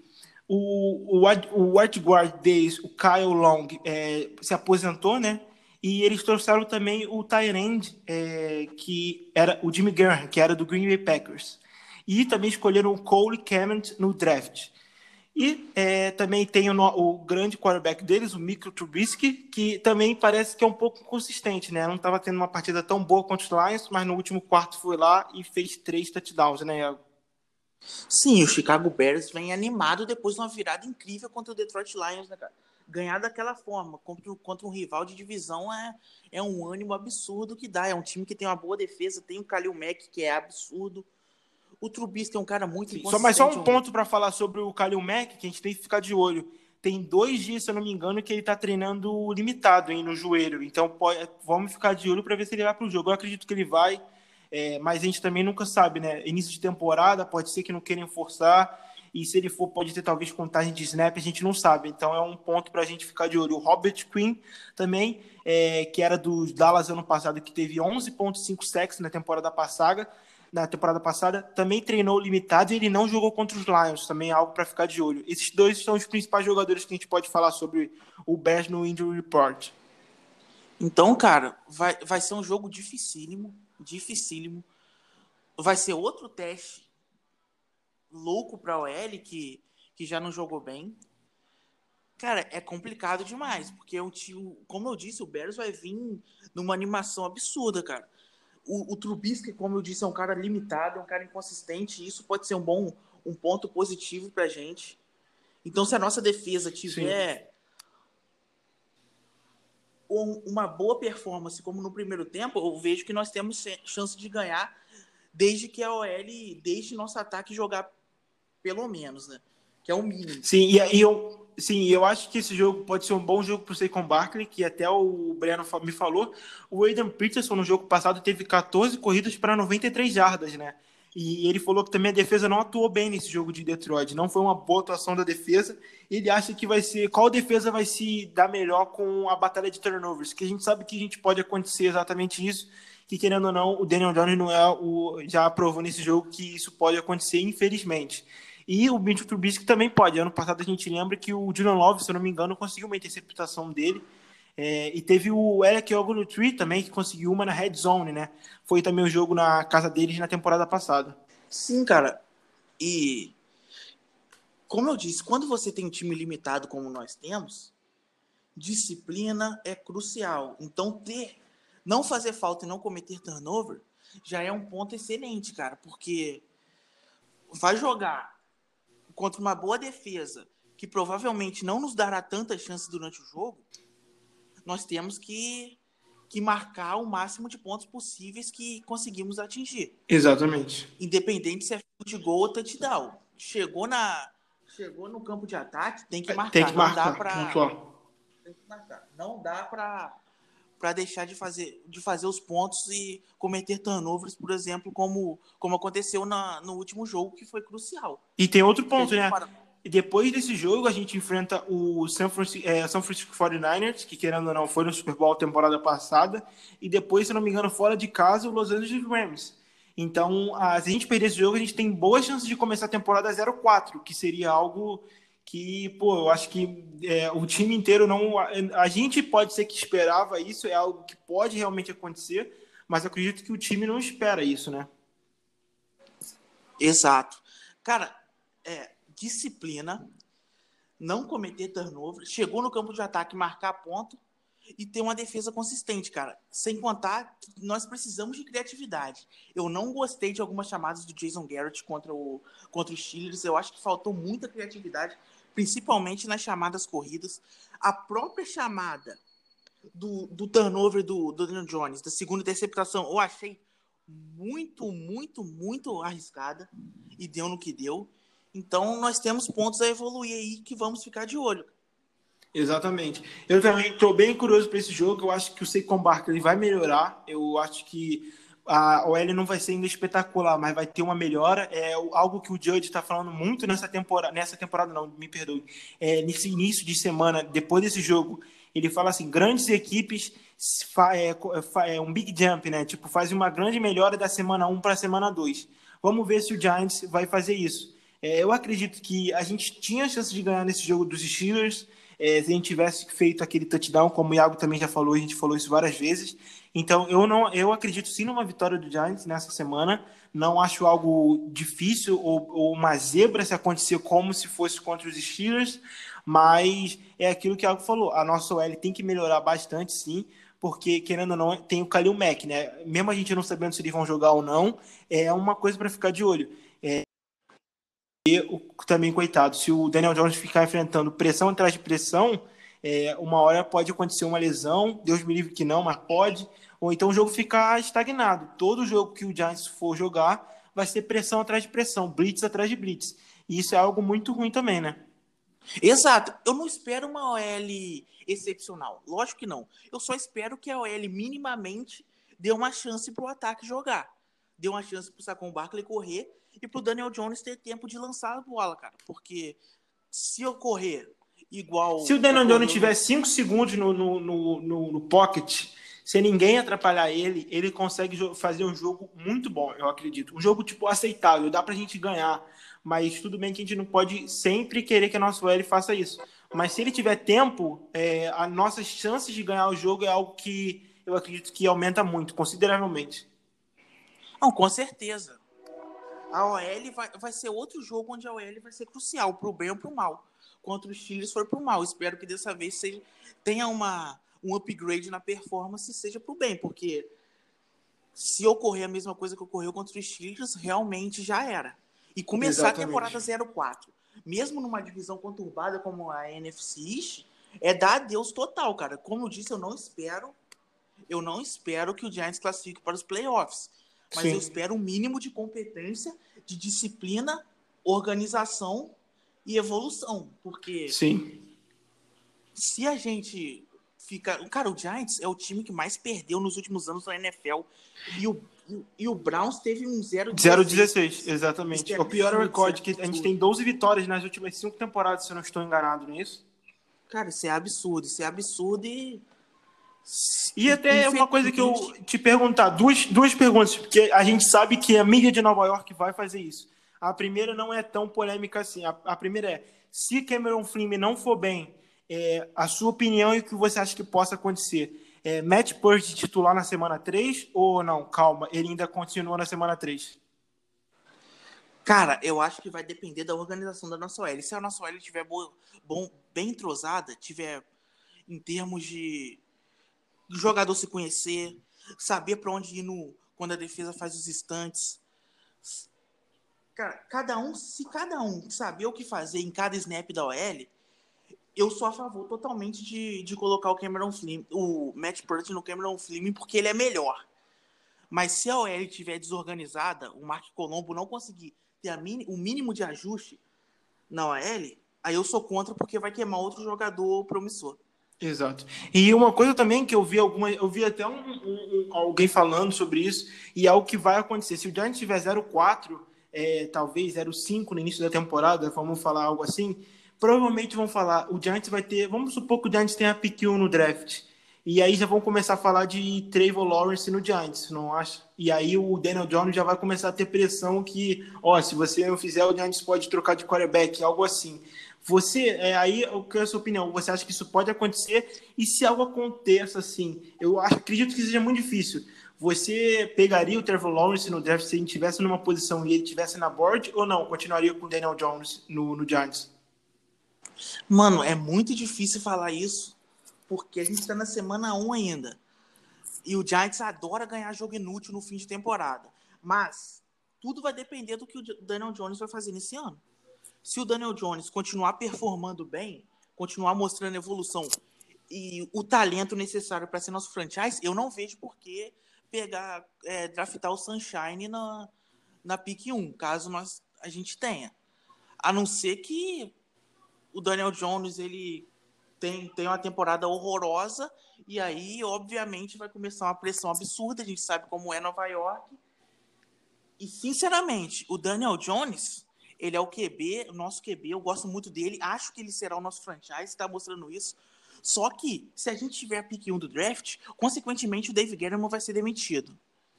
o, o, o white guard deles, o Kyle Long, é, se aposentou, né? E eles trouxeram também o tight end, é, que era o Jimmy Graham, que era do Green Bay Packers. E também escolheram o Cole Kmet no draft. E é, também tem o, o grande quarterback deles, o Mitchell Trubisky, que também parece que é um pouco consistente, né? Não estava tendo uma partida tão boa contra os Lions, mas no último quarto foi lá e fez três touchdowns, né, Iago? Sim, o Chicago Bears vem animado depois de uma virada incrível contra o Detroit Lions, né, cara? Ganhar daquela forma, contra, contra um rival de divisão, é, é um ânimo absurdo que dá. É um time que tem uma boa defesa, tem o Khalil Mack, que é absurdo. O Trubisky é um cara muito Sim, inconsistente. Só mais só um ponto para falar sobre o Khalil Mack, que a gente tem que ficar de olho. Tem dois dias, se eu não me engano, que ele está treinando limitado hein, no joelho. Então, pode, vamos ficar de olho para ver se ele vai para o jogo. Eu acredito que ele vai, é, mas a gente também nunca sabe, né? Início de temporada, pode ser que não queiram forçar. E se ele for, pode ter talvez contagem de snap, a gente não sabe. Então, é um ponto para a gente ficar de olho. O Robert Quinn também, é, que era dos Dallas ano passado, que teve onze vírgula cinco sacks na temporada passada, na temporada passada, também treinou limitado e ele não jogou contra os Lions, também é algo para ficar de olho. Esses dois são os principais jogadores que a gente pode falar sobre o Bears no Injury Report. Então, cara, vai, vai ser um jogo dificílimo, dificílimo. Vai ser outro teste louco para o L, que, que já não jogou bem. Cara, é complicado demais, porque o tio, como eu disse, o Bears vai vir numa animação absurda, cara. O, o Trubisky, como eu disse, é um cara limitado, é um cara inconsistente, e isso pode ser um bom um ponto positivo pra gente. Então, se a nossa defesa tiver um, uma boa performance, como no primeiro tempo, eu vejo que nós temos chance de ganhar, desde que a O L deixe nosso ataque jogar pelo menos, né? Que é o mínimo. Sim, e, e eu, sim, eu acho que esse jogo pode ser um bom jogo para o Saquon Barkley, que até o Breno me falou. O Aidan Peterson, no jogo passado, teve catorze corridas para noventa e três jardas, né? E ele falou que também a defesa não atuou bem nesse jogo de Detroit. Não foi uma boa atuação da defesa. Ele acha que vai ser... Qual defesa vai se dar melhor com a batalha de turnovers? Que a gente sabe que a gente pode acontecer exatamente isso. Que, querendo ou não, o Daniel Jones não é o, já provou nesse jogo que isso pode acontecer, infelizmente. E o Mitchell Trubisky também pode. Ano passado a gente lembra que o Julian Love, se eu não me engano, conseguiu uma interceptação dele. É, e teve o Eric Ogletree também, que conseguiu uma na Red Zone, né? Foi também o jogo na casa deles na temporada passada. Sim, cara. E como eu disse, quando você tem um time limitado como nós temos, disciplina é crucial. Então, ter, não fazer falta e não cometer turnover já é um ponto excelente, cara, porque vai jogar contra uma boa defesa que provavelmente não nos dará tantas chances durante o jogo, nós temos que, que marcar o máximo de pontos possíveis que conseguimos atingir. Exatamente. Independente se é de gol ou touchdown. Chegou, na, chegou no campo de ataque, tem que marcar. Tem que marcar, não dá pra, pontuar. tem que marcar. Não dá para para deixar de fazer, de fazer os pontos e cometer turnovers, por exemplo, como, como aconteceu na, no último jogo, que foi crucial. E tem outro ponto, né? Para... E depois desse jogo, a gente enfrenta o San Francisco, é, San Francisco forty-niners, que querendo ou não foi no Super Bowl temporada passada, e depois, se não me engano, fora de casa, o Los Angeles Rams. Então, a, se a gente perder esse jogo, a gente tem boas chances de começar a temporada zero quatro, que seria algo que, pô, eu acho que é, o time inteiro não... A, a gente pode ser que esperava isso, é algo que pode realmente acontecer, mas eu acredito que o time não espera isso, né? Exato. Cara, é, disciplina, não cometer turnover, chegou no campo de ataque, marcar ponto e ter uma defesa consistente, cara. Sem contar que nós precisamos de criatividade. Eu não gostei de algumas chamadas do Jason Garrett contra o, contra os Steelers. Eu acho que faltou muita criatividade, principalmente nas chamadas corridas. A própria chamada do, do turnover do, do Daniel Jones, da segunda interceptação, eu achei muito, muito, muito arriscada e deu no que deu. Então, nós temos pontos a evoluir aí que vamos ficar de olho. Exatamente. Eu também estou bem curioso para esse jogo. Eu acho que o Saquon Barkley vai melhorar. Eu acho que a O L não vai ser ainda espetacular, mas vai ter uma melhora. É algo que o Judge está falando muito nessa temporada. Nessa temporada, não, me perdoe. É, nesse início de semana, depois desse jogo, ele fala assim: grandes equipes é, é um big jump, né? Tipo, faz uma grande melhora da semana um para a semana dois. Vamos ver se o Giants vai fazer isso. É, eu acredito que a gente tinha chance de ganhar nesse jogo dos Steelers. É, se a gente tivesse feito aquele touchdown, como o Iago também já falou, a gente falou isso várias vezes. Então, eu, não, eu acredito sim numa vitória do Giants nessa semana. Não acho algo difícil ou, ou uma zebra se acontecer como se fosse contra os Steelers, mas é aquilo que o Iago falou. A nossa O L tem que melhorar bastante, sim, porque, querendo ou não, tem o Khalil Mack, né? Mesmo a gente não sabendo se eles vão jogar ou não, é uma coisa para ficar de olho. É, e o, também, coitado, se o Daniel Jones ficar enfrentando pressão atrás de pressão, é, uma hora pode acontecer uma lesão, Deus me livre que não, mas pode, ou então o jogo ficar estagnado. Todo jogo que o Giants for jogar vai ser pressão atrás de pressão, blitz atrás de blitz. E isso é algo muito ruim também, né? Exato. Eu não espero uma O L excepcional. Lógico que não. Eu só espero que a O L minimamente dê uma chance pro ataque jogar. Dê uma chance pro Saquon Barkley correr e pro Daniel Jones ter tempo de lançar a bola, cara. Porque se eu correr igual... Se o Daniel Jones tiver cinco segundos no, no, no, no, no pocket, sem ninguém atrapalhar ele, ele consegue fazer um jogo muito bom, eu acredito. Um jogo, tipo, aceitável. Dá pra gente ganhar. Mas tudo bem que a gente não pode sempre querer que a nossa O L faça isso. Mas se ele tiver tempo, é, as nossas chances de ganhar o jogo é algo que eu acredito que aumenta muito, consideravelmente. Não, com certeza. A O L vai, vai ser outro jogo onde a O L vai ser crucial, pro bem ou pro mal. Contra os Steelers for pro mal. Espero que dessa vez seja, tenha uma, um upgrade na performance e seja pro bem, porque se ocorrer a mesma coisa que ocorreu contra os Steelers, realmente já era. E começar Exatamente. A temporada zero quatro, mesmo numa divisão conturbada como a N F C East, é dar adeus total, cara. Como eu disse, eu não espero eu não espero que o Giants classifique para os playoffs, mas Sim. eu espero um mínimo de competência, de disciplina, organização e evolução, porque Sim. se a gente fica... Cara, o Giants é o time que mais perdeu nos últimos anos na N F L, e o E o Browns teve um zero dezesseis, exatamente. É o pior recorde, que a gente tem doze vitórias nas últimas cinco temporadas, se eu não estou enganado, não é isso? Cara, isso é absurdo, isso é absurdo e... E até uma coisa que eu te perguntar, duas, duas perguntas, porque a gente sabe que a mídia de Nova York vai fazer isso. A primeira não é tão polêmica assim. A, a primeira é, se Cameron Flynn não for bem, é, a sua opinião e o que você acha que possa acontecer? É, Matt Purdy titular na semana três ou não? Calma, ele ainda continua na semana três? Cara, eu acho que vai depender da organização da nossa O L. Se a nossa O L estiver bom, bom, bem entrosada, tiver em termos de jogador se conhecer, saber para onde ir no, quando a defesa faz os instantes. Cara, cada um, se cada um saber o que fazer em cada snap da O L, eu sou a favor totalmente de, de colocar o Cameron Fleming, o Matt Purdy no Cameron Fleming, porque ele é melhor. Mas se a O L estiver desorganizada, o Mark Colombo não conseguir ter a mini, o mínimo de ajuste na O L, aí eu sou contra porque vai queimar outro jogador promissor. Exato. E uma coisa também que eu vi alguma, eu vi até um, um, um, alguém falando sobre isso, e é o que vai acontecer. Se o Giants tiver zero quatro, é, talvez zero cinco no início da temporada, vamos falar algo assim, provavelmente vão falar, o Giants vai ter, vamos supor que o Giants tenha a pick um no draft, e aí já vão começar a falar de Trevor Lawrence no Giants, não acha? E aí o Daniel Jones já vai começar a ter pressão que, ó, se você não fizer, o Giants pode trocar de quarterback, algo assim. Você, é, aí, eu quero a sua opinião. Você acha que isso pode acontecer? E se algo aconteça, assim, eu acho, acredito que seja muito difícil. Você pegaria o Trevor Lawrence no draft se ele estivesse numa posição e ele estivesse na board, ou não? Continuaria com o Daniel Jones no, no Giants? Mano, é muito difícil falar isso, porque a gente tá na semana um ainda. E o Giants adora ganhar jogo inútil no fim de temporada. Mas tudo vai depender do que o Daniel Jones vai fazer nesse ano. Se o Daniel Jones continuar performando bem, continuar mostrando evolução e o talento necessário para ser nosso franchise, eu não vejo por que pegar, é, draftar o Sunshine na, na pick um, caso nós, a gente tenha. A não ser que o Daniel Jones ele tem, tem uma temporada horrorosa e aí, obviamente, vai começar uma pressão absurda. A gente sabe como é Nova York. E, sinceramente, o Daniel Jones, ele é o Q B, o nosso Q B, eu gosto muito dele, acho que ele será o nosso franchise, está mostrando isso. Só que, se a gente tiver a pick um do draft, consequentemente o Dave Gettleman vai ser demitido.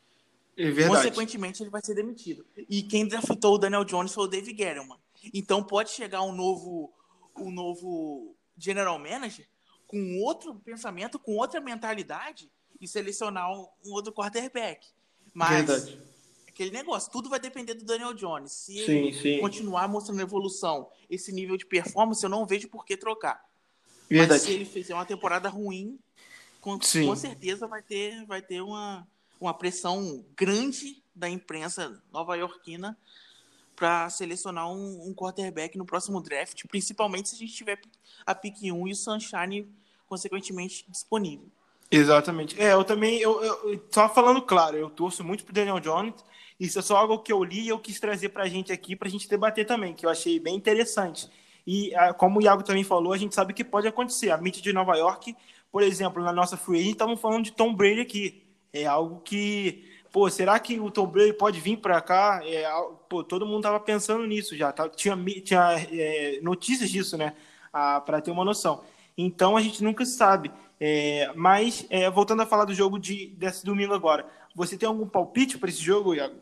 É verdade. Consequentemente, ele vai ser demitido. E quem draftou o Daniel Jones foi o Dave Gettleman. Então, pode chegar um novo, um novo general manager com outro pensamento, com outra mentalidade e selecionar um, um outro quarterback. Mas... Verdade. Aquele negócio, tudo vai depender do Daniel Jones. Se Sim, ele sim. continuar mostrando evolução, esse nível de performance, eu não vejo por que trocar. Verdade. Mas se ele fizer uma temporada ruim, com, Sim. com certeza vai ter, vai ter uma, uma pressão grande da imprensa nova-iorquina para selecionar um, um quarterback no próximo draft, principalmente se a gente tiver a pick um e o Sunshine, consequentemente, disponível. Exatamente. É, eu também, eu, eu, só falando claro, eu torço muito pro Daniel Jones. Isso é só algo que eu li e eu quis trazer pra gente aqui, pra gente debater também, que eu achei bem interessante. E como o Iago também falou, a gente sabe que pode acontecer. A mídia de Nova York, por exemplo, na nossa free agent, estavam falando de Tom Brady aqui. É algo que, pô, será que o Tom Brady pode vir pra cá? É, pô, todo mundo tava pensando nisso já. Tá? Tinha, tinha é, notícias disso, né? Ah, pra ter uma noção. Então a gente nunca sabe. É, mas, é, voltando a falar do jogo de, desse domingo agora, você tem algum palpite para esse jogo, Iago?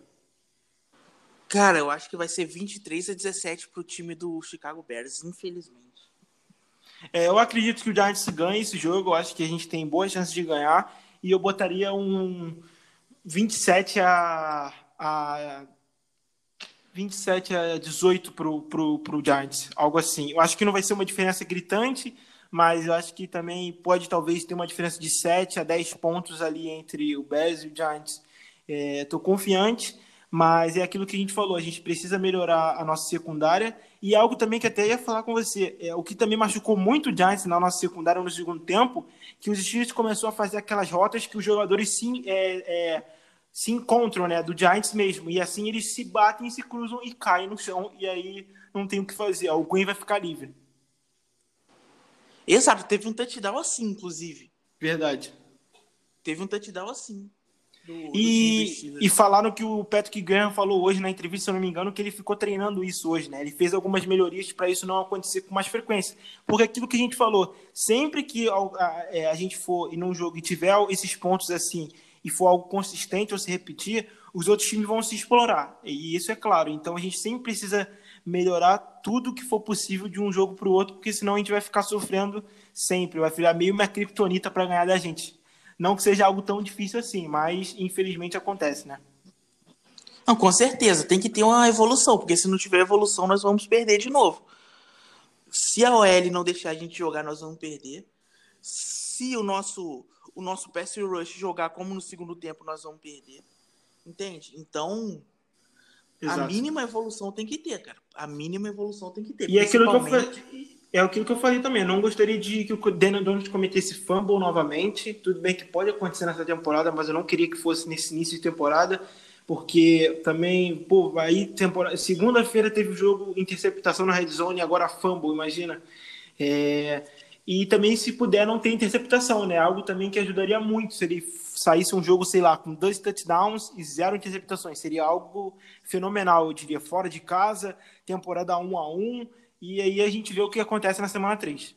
Cara, eu acho que vai ser vinte e três a dezessete pro time do Chicago Bears, infelizmente. É, eu acredito que o Giants ganhe esse jogo, eu acho que a gente tem boas chances de ganhar, e eu botaria um vinte e sete a, a vinte e sete a dezoito pro, pro, pro Giants, algo assim. Eu acho que não vai ser uma diferença gritante, mas eu acho que também pode talvez ter uma diferença de sete a dez pontos ali entre o Bears e o Giants. Estou é, confiante, mas é aquilo que a gente falou, a gente precisa melhorar a nossa secundária, e algo também que até ia falar com você, é, o que também machucou muito o Giants na nossa secundária no segundo tempo, que os Steelers começou a fazer aquelas rotas que os jogadores sim, é, é, se encontram, né, do Giants mesmo, e assim eles se batem, se cruzam e caem no chão, e aí não tem o que fazer, alguém vai ficar livre. Exato, teve um touchdown assim, inclusive. Verdade. Teve um touchdown assim. Do, e, do e falaram que o Patrick Graham falou hoje na entrevista, se eu não me engano, que ele ficou treinando isso hoje, né? Ele fez algumas melhorias para isso não acontecer com mais frequência. Porque aquilo que a gente falou, sempre que a, a, a gente for ir num jogo e tiver esses pontos assim, e for algo consistente ou se repetir, os outros times vão se explorar. E isso é claro. Então a gente sempre precisa melhorar tudo que for possível de um jogo para o outro, porque senão a gente vai ficar sofrendo sempre. Vai virar meio uma criptonita para ganhar da gente. Não que seja algo tão difícil assim, mas infelizmente acontece, né? Não, com certeza, tem que ter uma evolução, porque se não tiver evolução, nós vamos perder de novo. Se a O L não deixar a gente jogar, nós vamos perder. Se o nosso, o nosso pass rush jogar como no segundo tempo, nós vamos perder. Entende? Então, a Exato. mínima evolução tem que ter, cara. A mínima evolução tem que ter. E é aquilo que eu principalmente... falei, é aquilo que eu falei também. Eu não gostaria de que o Daniel Jones cometesse fumble novamente. Tudo bem que pode acontecer nessa temporada, mas eu não queria que fosse nesse início de temporada, porque também, pô, aí temporada, segunda-feira teve o jogo interceptação na red zone, agora fumble, imagina. É, e também, se puder, não ter interceptação, né? Algo também que ajudaria muito se ele saísse um jogo, sei lá, com dois touchdowns e zero interceptações. Seria algo fenomenal, eu diria, fora de casa, temporada um a um, e aí a gente vê o que acontece na semana três.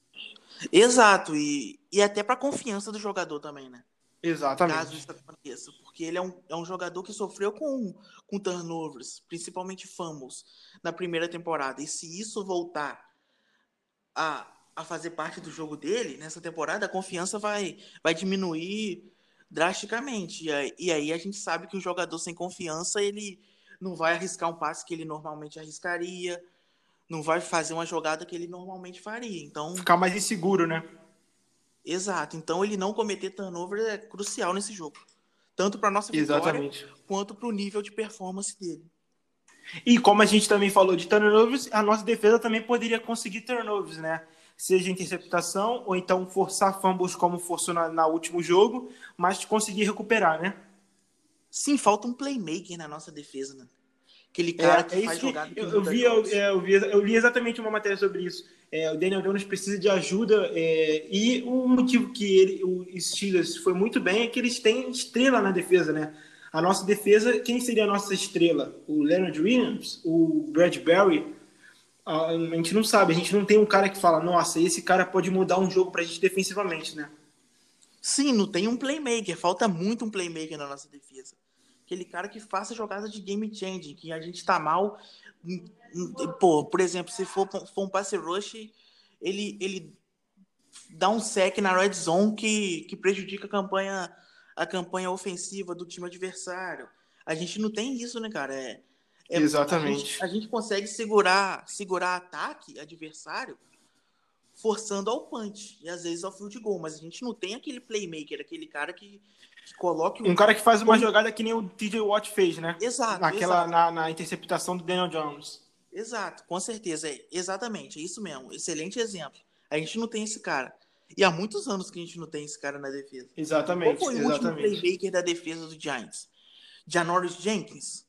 Exato, e, e até para a confiança do jogador também, né? Exatamente. Caso isso aconteça, porque ele é um, é um jogador que sofreu com, com turnovers, principalmente fumbles, na primeira temporada. E se isso voltar a, a fazer parte do jogo dele, nessa temporada, a confiança vai, vai diminuir drasticamente. E aí, e aí a gente sabe que um jogador sem confiança, ele não vai arriscar um passe que ele normalmente arriscaria, não vai fazer uma jogada que ele normalmente faria. Então, Ficar mais inseguro, né? exato. Então, ele não cometer turnover é crucial nesse jogo. Tanto para nossa vitória, Exatamente. quanto para o nível de performance dele. E como a gente também falou de turnovers, a nossa defesa também poderia conseguir turnovers, né? Seja interceptação ou então forçar fumbles como forçou na, na último jogo, mas conseguir recuperar, né? Sim, falta um playmaker na nossa defesa, né? Aquele cara É, que é faz isso que jogada que eu, eu muda vi, eu, jogos. é, eu vi, eu li exatamente uma matéria sobre isso. É, o Daniel Jones precisa de ajuda, é, e o motivo que ele, o Steelers foi muito bem é que eles têm estrela na defesa, né? A nossa defesa, quem seria a nossa estrela? O Leonard Williams? O Bradbury? A gente não sabe, a gente não tem um cara que fala, nossa, esse cara pode mudar um jogo pra gente defensivamente, né? Sim, não tem um playmaker. Falta muito um playmaker na nossa defesa. Aquele cara que faça jogada de game changing, que a gente tá mal. Pô, por exemplo, se for, for um passe rush, ele, ele dá um sec na red zone que, que prejudica a campanha, a campanha ofensiva do time adversário. A gente não tem isso, né, cara? É, é, a, gente, Exatamente. a gente consegue segurar, segurar ataque adversário forçando ao punch e às vezes ao field goal, mas a gente não tem aquele playmaker, aquele cara que, que coloque Um o... cara que faz uma Como... jogada que nem o T J Watt fez, né? Exato, Naquela, exato. na, na interceptação do Daniel Jones. Exato, com certeza. É, exatamente, é isso mesmo. Excelente exemplo. A gente não tem esse cara. E há muitos anos que a gente não tem esse cara na defesa. Qual Exatamente, foi o último exatamente. playmaker da defesa do Giants? Janoris Jenkins?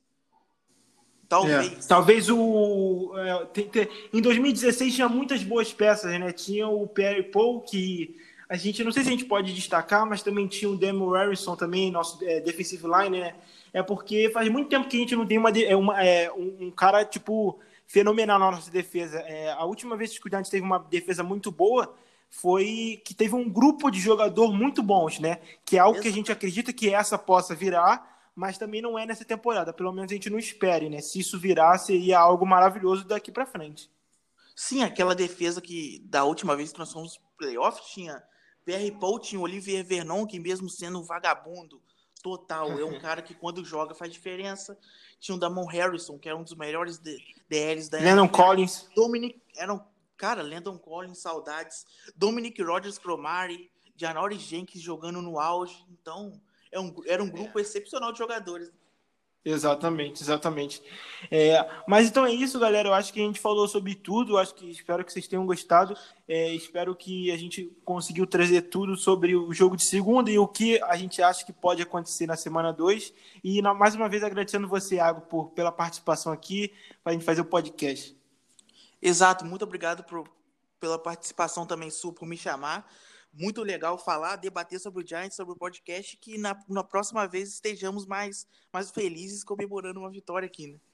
É, Talvez. talvez o. É, tem, tem, em dois mil e dezesseis tinha muitas boas peças, né? Tinha o Perry Paul, que a gente não sei se a gente pode destacar, mas também tinha o Demo Harrison, também, nosso é, defensive line, né? É porque faz muito tempo que a gente não tem uma, é, uma, é, um, um cara, tipo, fenomenal na nossa defesa. É, a última vez que o Giants teve uma defesa muito boa foi que teve um grupo de jogador muito bons, né? Que é algo que a gente acredita que essa possa virar, mas também não é nessa temporada. Pelo menos a gente não espere, né? Se isso virar, seria algo maravilhoso daqui para frente. Sim, aquela defesa que da última vez que nós fomos playoff tinha Perry Paul, tinha Olivier Vernon, que mesmo sendo um vagabundo total, é um cara que quando joga faz diferença. Tinha o Damon Harrison, que é um dos melhores D Ls da Lennon N F L. Collins. Dominic, era um, cara, Landon Collins, saudades. Dominic Rodgers Cromari, Janoris Jenkins jogando no auge. Então, é um, era um grupo é. excepcional de jogadores. Exatamente, exatamente. É, mas então é isso, galera. Eu acho que a gente falou sobre tudo. Eu acho que espero que vocês tenham gostado. É, espero que a gente conseguiu trazer tudo sobre o jogo de segunda e o que a gente acha que pode acontecer na semana dois. E na, mais uma vez agradecendo você, Iago, por, pela participação aqui para a gente fazer o podcast. Exato, muito obrigado por, pela participação também sua, por me chamar. Muito legal falar, debater sobre o Giants, sobre o podcast, que na, na próxima vez estejamos mais, mais felizes comemorando uma vitória aqui, né?